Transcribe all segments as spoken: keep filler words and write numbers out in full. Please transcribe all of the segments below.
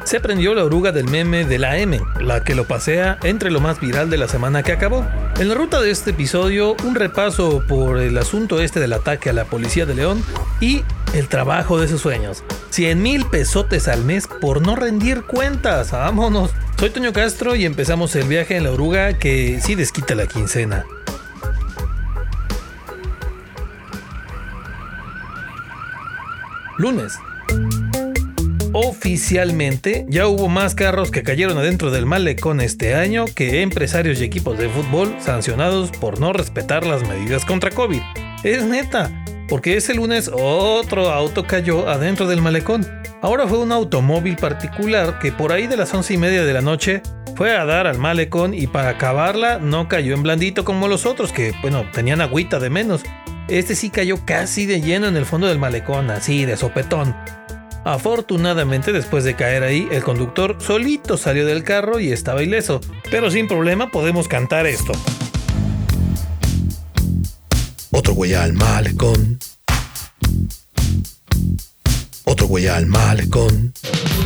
Se prendió la oruga del meme de la M, la que lo pasea entre lo más viral de la semana que acabó. En la ruta de este episodio, un repaso por el asunto este del ataque a la policía de León y el trabajo de sus sueños. cien mil pesotes al mes por no rendir cuentas. ¡Vámonos! Soy Toño Castro y empezamos el viaje en la oruga que sí desquita la quincena. Lunes. Oficialmente, ya hubo más carros que cayeron adentro del malecón este año que empresarios y equipos de fútbol sancionados por no respetar las medidas contra COVID. Es neta, porque ese lunes otro auto cayó adentro del malecón. Ahora fue un automóvil particular que por ahí de las once y media de la noche fue a dar al malecón y para acabarla no cayó en blandito como los otros que, bueno, tenían agüita de menos. Este sí cayó casi de lleno en el fondo del malecón, así de sopetón. Afortunadamente, después de caer ahí, el conductor solito salió del carro y estaba ileso. Pero sin problema podemos cantar esto. Otro güey al malecón. Otro güey al malecón.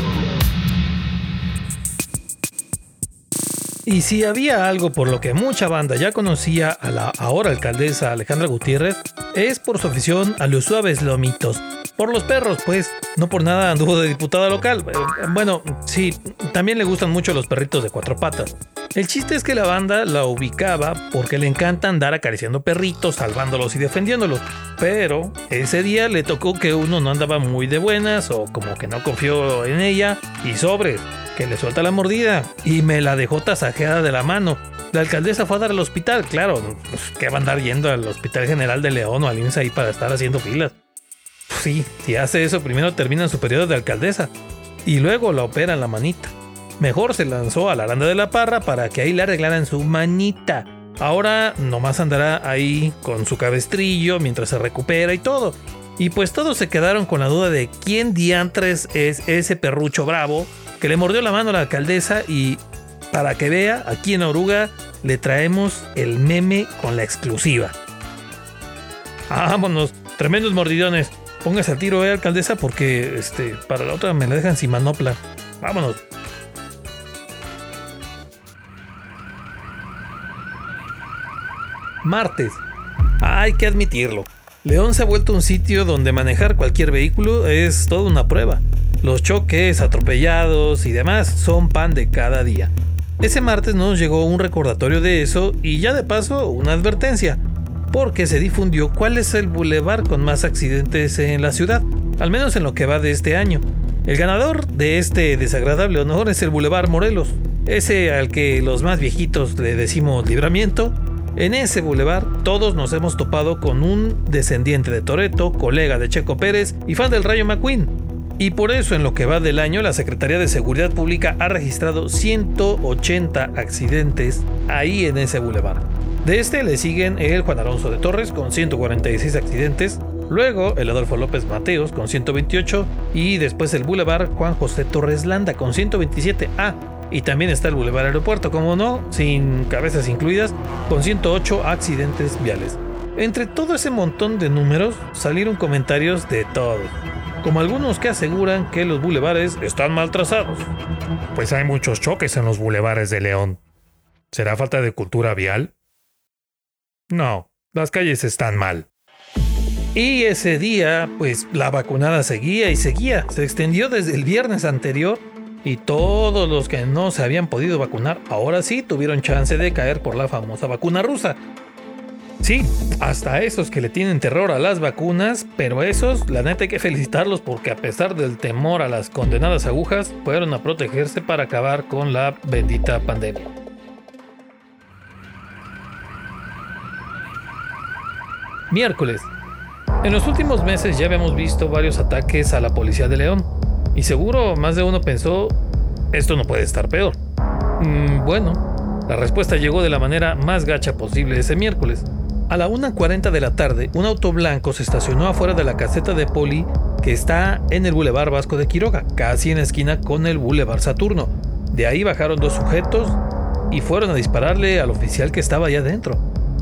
Y si había algo por lo que mucha banda ya conocía a la ahora alcaldesa Alejandra Gutiérrez, es por su afición a los suaves lomitos. Por los perros, pues, no por nada anduvo de diputada local. Bueno, sí, también le gustan mucho los perritos de cuatro patas. El chiste es que la banda la ubicaba porque le encanta andar acariciando perritos, salvándolos y defendiéndolos. Pero ese día le tocó que uno no andaba muy de buenas o como que no confió en ella y sobres, que le suelta la mordida y me la dejó tasajeada de la mano. La alcaldesa fue a dar al hospital, claro, pues, ¿qué va a andar yendo al Hospital General de León o al I M S S ahí para estar haciendo filas? Sí, si hace eso primero termina en su periodo de alcaldesa y luego la opera en la manita. Mejor se lanzó a la Aranda de la Parra para que ahí le arreglaran su manita. Ahora nomás andará ahí con su cabestrillo mientras se recupera y todo. Y pues todos se quedaron con la duda de quién diantres es ese perrucho bravo que le mordió la mano a la alcaldesa y para que vea, aquí en Oruga le traemos el meme con la exclusiva. Vámonos, tremendos mordidones. Póngase al tiro, eh, alcaldesa, porque este, para la otra me la dejan sin manopla. Vámonos. Martes. Hay que admitirlo. León se ha vuelto un sitio donde manejar cualquier vehículo es toda una prueba. Los choques, atropellados y demás son pan de cada día. Ese martes nos llegó un recordatorio de eso y ya de paso una advertencia. Porque se difundió cuál es el bulevar con más accidentes en la ciudad, al menos en lo que va de este año. El ganador de este desagradable honor es el Boulevard Morelos, ese al que los más viejitos le decimos Libramiento. En ese bulevar todos nos hemos topado con un descendiente de Toretto, colega de Checo Pérez y fan del Rayo McQueen. Y por eso en lo que va del año la Secretaría de Seguridad Pública ha registrado ciento ochenta accidentes ahí en ese bulevar. De este le siguen el Juan Alonso de Torres con ciento cuarenta y seis accidentes, luego el Adolfo López Mateos con ciento veintiocho y después el Boulevard Juan José Torres Landa con ciento veintisiete. Ah, y también está el Boulevard Aeropuerto, como no, sin cabezas incluidas, con ciento ocho accidentes viales. Entre todo ese montón de números salieron comentarios de todos, como algunos que aseguran que los bulevares están mal trazados. Pues hay muchos choques en los bulevares de León. ¿Será falta de cultura vial? No, las calles están mal. Y ese día, pues la vacunada seguía y seguía. Se extendió desde el viernes anterior y todos los que no se habían podido vacunar, ahora sí tuvieron chance de caer por la famosa vacuna rusa. Sí, hasta esos que le tienen terror a las vacunas, pero esos, la neta hay que felicitarlos porque a pesar del temor a las condenadas agujas, fueron a protegerse para acabar con la bendita pandemia. Miércoles. En los últimos meses ya habíamos visto varios ataques a la policía de León y seguro más de uno pensó, esto no puede estar peor. Mm, bueno, la respuesta llegó de la manera más gacha posible ese miércoles. A la una cuarenta de la tarde, un auto blanco se estacionó afuera de la caseta de poli que está en el Boulevard Vasco de Quiroga, casi en la esquina con el Boulevard Saturno. De ahí bajaron dos sujetos y fueron a dispararle al oficial que estaba allá adentro.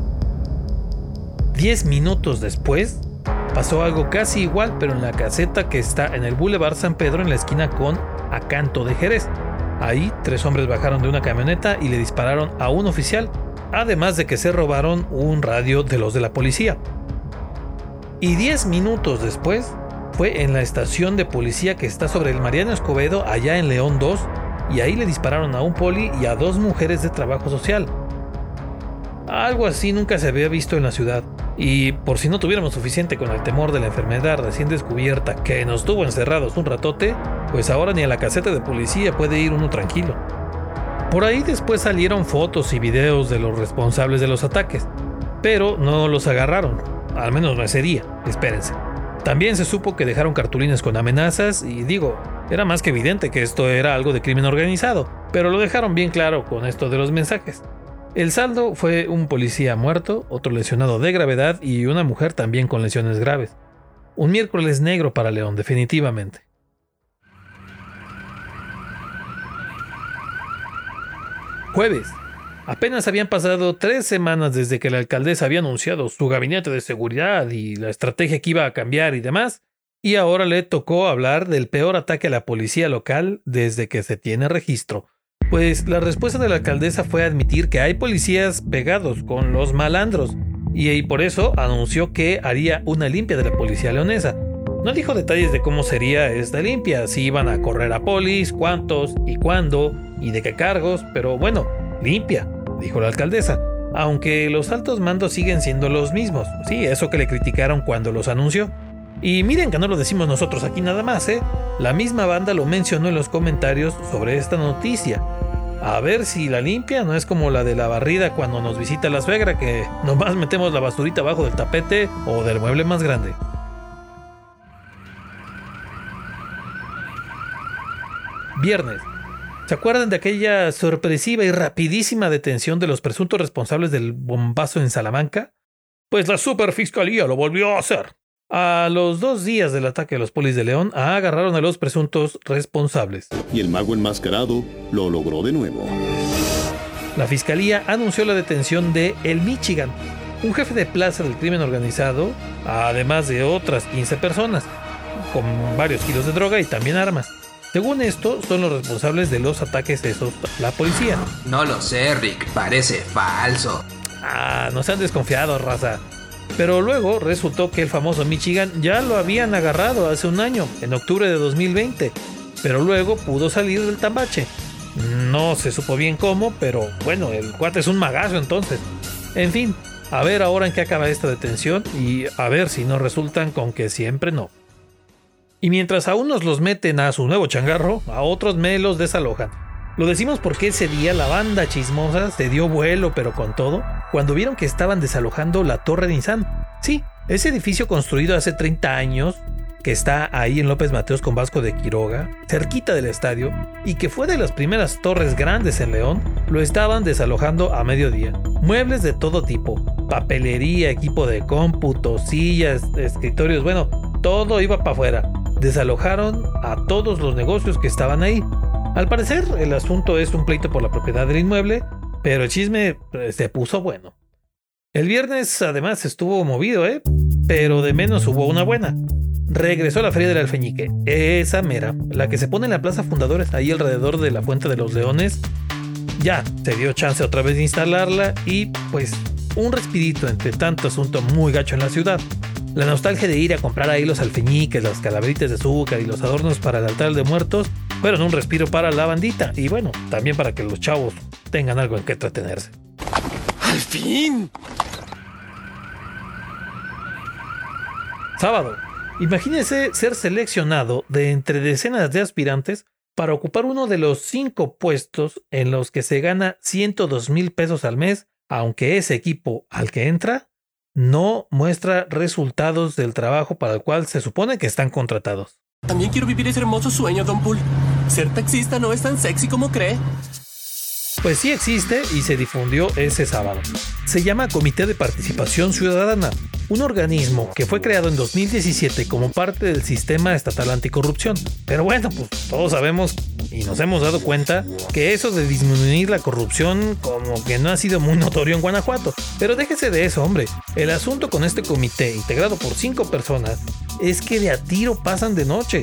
Diez minutos después, pasó algo casi igual, pero en la caseta que está en el Boulevard San Pedro, en la esquina con a Canto de Jerez. Ahí, tres hombres bajaron de una camioneta y le dispararon a un oficial, además de que se robaron un radio de los de la policía. Y diez minutos después, fue en la estación de policía que está sobre el Mariano Escobedo, allá en León dos, y ahí le dispararon a un poli y a dos mujeres de trabajo social. Algo así nunca se había visto en la ciudad, y por si no tuviéramos suficiente con el temor de la enfermedad recién descubierta que nos tuvo encerrados un ratote, pues ahora ni a la caseta de policía puede ir uno tranquilo. Por ahí después salieron fotos y videos de los responsables de los ataques, pero no los agarraron, al menos no ese día, espérense. También se supo que dejaron cartulinas con amenazas y digo, era más que evidente que esto era algo de crimen organizado, pero lo dejaron bien claro con esto de los mensajes. El saldo fue un policía muerto, otro lesionado de gravedad y una mujer también con lesiones graves. Un miércoles negro para León, definitivamente. Jueves. Apenas habían pasado tres semanas desde que la alcaldesa había anunciado su gabinete de seguridad y la estrategia que iba a cambiar y demás, y ahora le tocó hablar del peor ataque a la policía local desde que se tiene registro. Pues la respuesta de la alcaldesa fue admitir que hay policías pegados con los malandros, y por eso anunció que haría una limpia de la policía leonesa. No dijo detalles de cómo sería esta limpia, si iban a correr a polis, cuántos y cuándo, y de qué cargos, pero bueno, limpia, dijo la alcaldesa, aunque los altos mandos siguen siendo los mismos. Sí, eso que le criticaron cuando los anunció. Y miren que no lo decimos nosotros aquí nada más, ¿eh? La misma banda lo mencionó en los comentarios sobre esta noticia. A ver si la limpia no es como la de la barrida cuando nos visita la suegra, que nomás metemos la basurita abajo del tapete o del mueble más grande. Viernes. ¿Se acuerdan de aquella sorpresiva y rapidísima detención de los presuntos responsables del bombazo en Salamanca? Pues la superfiscalía lo volvió a hacer. A los dos días del ataque a los polis de León, agarraron a los presuntos responsables. Y el mago enmascarado lo logró de nuevo. La fiscalía anunció la detención de El Michigan, un jefe de plaza del crimen organizado, además de otras quince personas, con varios kilos de droga y también armas. Según esto, son los responsables de los ataques esos la policía. No lo sé, Rick, parece falso. Ah, no se han desconfiado, raza. Pero luego resultó que el famoso Michigan ya lo habían agarrado hace un año, en octubre de dos mil veinte, pero luego pudo salir del tambache. No se supo bien cómo, pero bueno, el cuate es un magazo entonces. En fin, a ver ahora en qué acaba esta detención y a ver si no resultan con que siempre no. Y mientras a unos los meten a su nuevo changarro, a otros me los desalojan. Lo decimos porque ese día la banda chismosa se dio vuelo, pero con todo, cuando vieron que estaban desalojando la Torre Nissan. Sí, ese edificio construido hace treinta años, que está ahí en López Mateos con Vasco de Quiroga, cerquita del estadio, y que fue de las primeras torres grandes en León, lo estaban desalojando a mediodía. Muebles de todo tipo, papelería, equipo de cómputo, sillas, escritorios, bueno, todo iba para afuera. Desalojaron a todos los negocios que estaban ahí. Al parecer, el asunto es un pleito por la propiedad del inmueble, pero el chisme se puso bueno. El viernes, además, estuvo movido, ¿eh? Pero de menos hubo una buena. Regresó la Feria del Alfeñique, esa mera, la que se pone en la Plaza Fundadores, ahí alrededor de la Fuente de los Leones. Ya se dio chance otra vez de instalarla y, pues, un respirito entre tanto asunto muy gacho en la ciudad. La nostalgia de ir a comprar ahí los alfeñiques, las calaveritas de azúcar y los adornos para el altar de muertos fueron un respiro para la bandita y bueno, también para que los chavos tengan algo en que entretenerse. ¡Al fin! Sábado. Imagínese ser seleccionado de entre decenas de aspirantes para ocupar uno de los cinco puestos en los que se gana ciento dos mil pesos al mes, aunque ese equipo al que entra no muestra resultados del trabajo para el cual se supone que están contratados. También quiero vivir ese hermoso sueño, Don Pool. Ser taxista no es tan sexy como cree. Pues sí existe y se difundió ese sábado. Se llama Comité de Participación Ciudadana, un organismo que fue creado en dos mil diecisiete como parte del Sistema Estatal Anticorrupción. Pero bueno, pues todos sabemos y nos hemos dado cuenta que eso de disminuir la corrupción como que no ha sido muy notorio en Guanajuato. Pero déjese de eso, hombre. El asunto con este comité, integrado por cinco personas, es que de a tiro pasan de noche.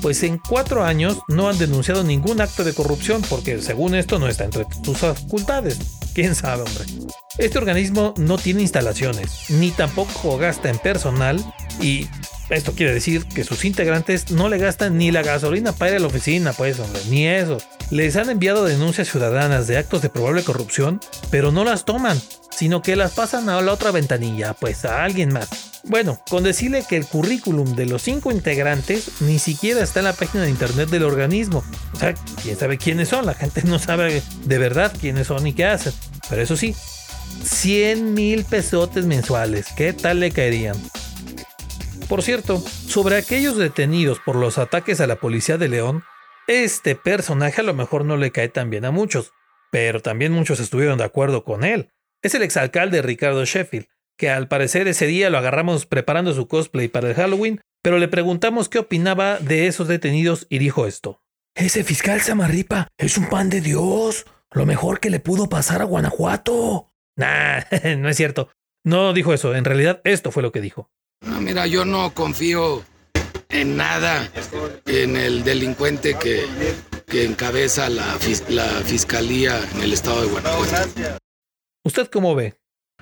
pues en cuatro años no han denunciado ningún acto de corrupción porque según esto no está entre sus facultades. ¿Quién sabe, hombre? Este organismo no tiene instalaciones, ni tampoco gasta en personal y esto quiere decir que sus integrantes no le gastan ni la gasolina para ir a la oficina, pues, hombre, ni eso. Les han enviado denuncias ciudadanas de actos de probable corrupción, pero no las toman, sino que las pasan a la otra ventanilla, pues a alguien más. Bueno, con decirle que el currículum de los cinco integrantes ni siquiera está en la página de internet del organismo. O sea, quién sabe quiénes son, la gente no sabe de verdad quiénes son y qué hacen. Pero eso sí, cien mil pesotes mensuales, ¿qué tal le caerían? Por cierto, sobre aquellos detenidos por los ataques a la policía de León, este personaje a lo mejor no le cae tan bien a muchos, pero también muchos estuvieron de acuerdo con él. Es el exalcalde Ricardo Sheffield, que al parecer ese día lo agarramos preparando su cosplay para el Halloween, pero le preguntamos qué opinaba de esos detenidos y dijo esto. Ese fiscal Samarripa es un pan de Dios, lo mejor que le pudo pasar a Guanajuato. Nah, no es cierto. No dijo eso, en realidad esto fue lo que dijo. No, mira, yo no confío en nada en el delincuente que, que encabeza la, fis, la fiscalía en el estado de Guanajuato. ¿Usted cómo ve?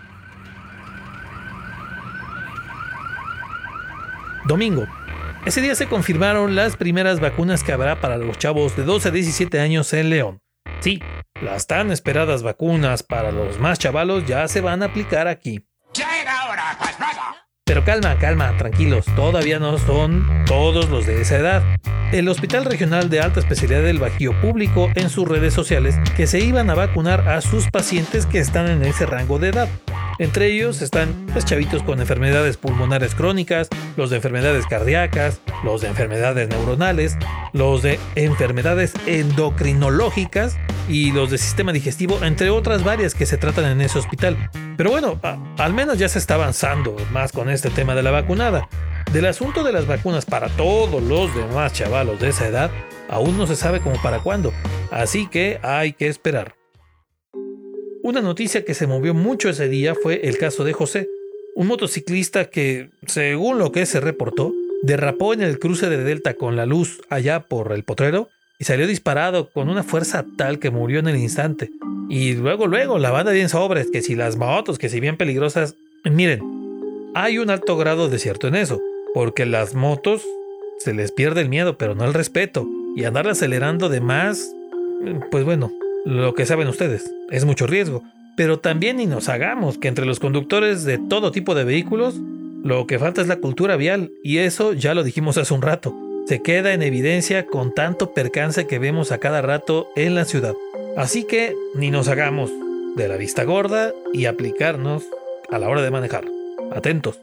Domingo. Ese día se confirmaron las primeras vacunas que habrá para los chavos de doce a diecisiete años en León. Sí, las tan esperadas vacunas para los más chavalos ya se van a aplicar aquí. ¡Ya era hora, pasmado! Pero calma, calma, tranquilos, todavía no son todos los de esa edad. El Hospital Regional de Alta Especialidad del Bajío publicó en sus redes sociales que se iban a vacunar a sus pacientes que están en ese rango de edad. Entre ellos están los chavitos con enfermedades pulmonares crónicas, los de enfermedades cardíacas, los de enfermedades neuronales, los de enfermedades endocrinológicas y los de sistema digestivo, entre otras varias que se tratan en ese hospital. Pero bueno, a, al menos ya se está avanzando más con este tema de la vacunada. Del asunto de las vacunas para todos los demás chavalos de esa edad, aún no se sabe como para cuándo, así que hay que esperar. Una noticia que se movió mucho ese día fue el caso de José, un motociclista que, según lo que se reportó, derrapó en el cruce de Delta con la luz allá por el Potrero y salió disparado con una fuerza tal que murió en el instante. Y luego, luego, la banda bien sobres, que si las motos, que si bien peligrosas. Miren, hay un alto grado de cierto en eso, porque las motos se les pierde el miedo, pero no el respeto. Y andar acelerando de más, pues bueno, lo que saben ustedes, es mucho riesgo. Pero también ni nos hagamos que entre los conductores de todo tipo de vehículos, lo que falta es la cultura vial, y eso ya lo dijimos hace un rato. Se queda en evidencia con tanto percance que vemos a cada rato en la ciudad. Así que ni nos hagamos de la vista gorda y aplicarnos a la hora de manejar. Atentos.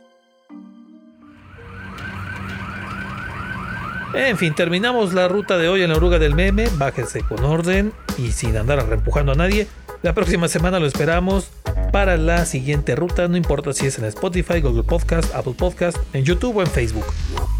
En fin, terminamos la ruta de hoy en la oruga del meme. Bájense con orden y sin andar reempujando a nadie. La próxima semana lo esperamos para la siguiente ruta, no importa si es en Spotify, Google Podcast, Apple Podcast, en YouTube o en Facebook.